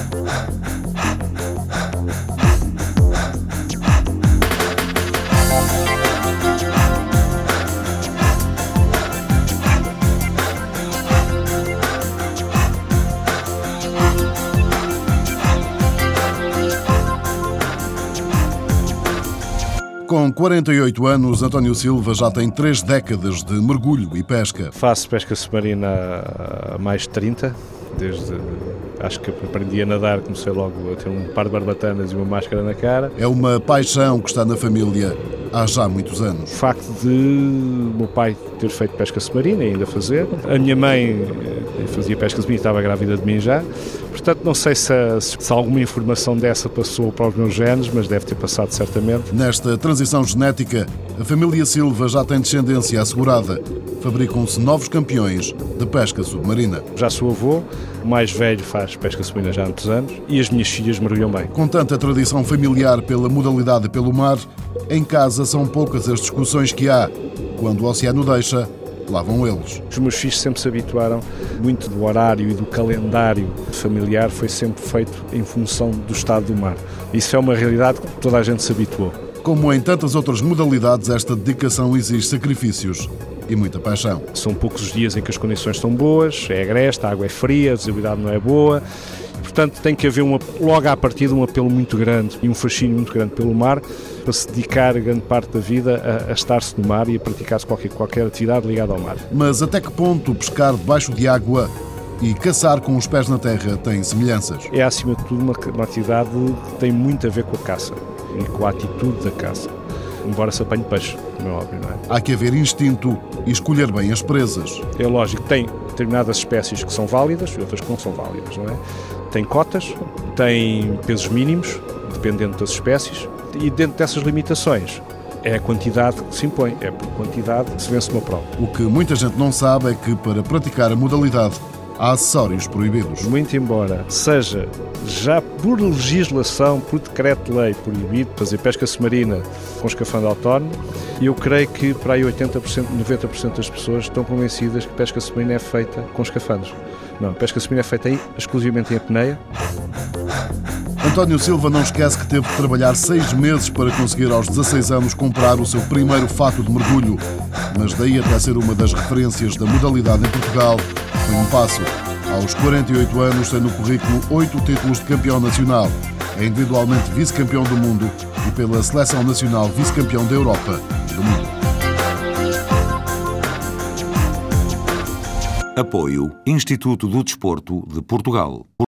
Com 48 anos, António Silva já tem 3 décadas de mergulho e pesca. Faço pesca submarina há mais de 30, acho que aprendi a nadar, comecei logo a ter um par de barbatanas e uma máscara na cara. É uma paixão que está na família há já muitos anos. O facto de o meu pai ter feito pesca submarina e ainda fazer, a minha mãe fazia pesca submarina e estava grávida de mim já, portanto não sei se alguma informação dessa passou para os meus genes, mas deve ter passado certamente. Nesta transição genética, a família Silva já tem descendência assegurada. Fabricam-se novos campeões de pesca submarina. Já sou avô, o mais velho faz pesca submarina já há muitos anos e as minhas filhas mergulham bem. Com tanta tradição familiar pela modalidade pelo mar, em casa são poucas as discussões que há. Quando o oceano deixa, lá vão eles. Os meus filhos sempre se habituaram, muito do horário e do calendário familiar foi sempre feito em função do estado do mar. Isso é uma realidade que toda a gente se habituou. Como em tantas outras modalidades, esta dedicação exige sacrifícios e muita paixão. São poucos os dias em que as condições estão boas, é agreste, a água é fria, a visibilidade não é boa. Portanto, tem que haver logo à partida um apelo muito grande e um fascínio muito grande pelo mar para se dedicar grande parte da vida a estar-se no mar e a praticar-se qualquer atividade ligada ao mar. Mas até que ponto pescar debaixo de água e caçar com os pés na terra tem semelhanças? É, acima de tudo, uma atividade que tem muito a ver com a caça e com a atitude da caça. Embora se apanhe peixe, como é óbvio, não é? Há que haver instinto e escolher bem as presas. É lógico, tem determinadas espécies que são válidas e outras que não são válidas, não é? Tem cotas, tem pesos mínimos, dependendo das espécies, e dentro dessas limitações é a quantidade que se impõe, é por quantidade que se vence uma prova. O que muita gente não sabe é que para praticar a modalidade há acessórios proibidos. Muito embora seja já por legislação, por decreto-lei proibido fazer pesca submarina com escafandro autónomo, eu creio que para aí 80%, 90% das pessoas estão convencidas que pesca submarina é feita com escafandros. Não, a pesca submarina é feita aí exclusivamente em apneia. António Silva não esquece que teve de trabalhar 6 meses para conseguir aos 16 anos comprar o seu primeiro fato de mergulho, mas daí até ser uma das referências da modalidade em Portugal, foi um passo. Aos 48 anos tem no currículo 8 títulos de campeão nacional, é individualmente vice-campeão do mundo e pela seleção nacional vice-campeão da Europa e do mundo. Apoio Instituto do Desporto de Portugal.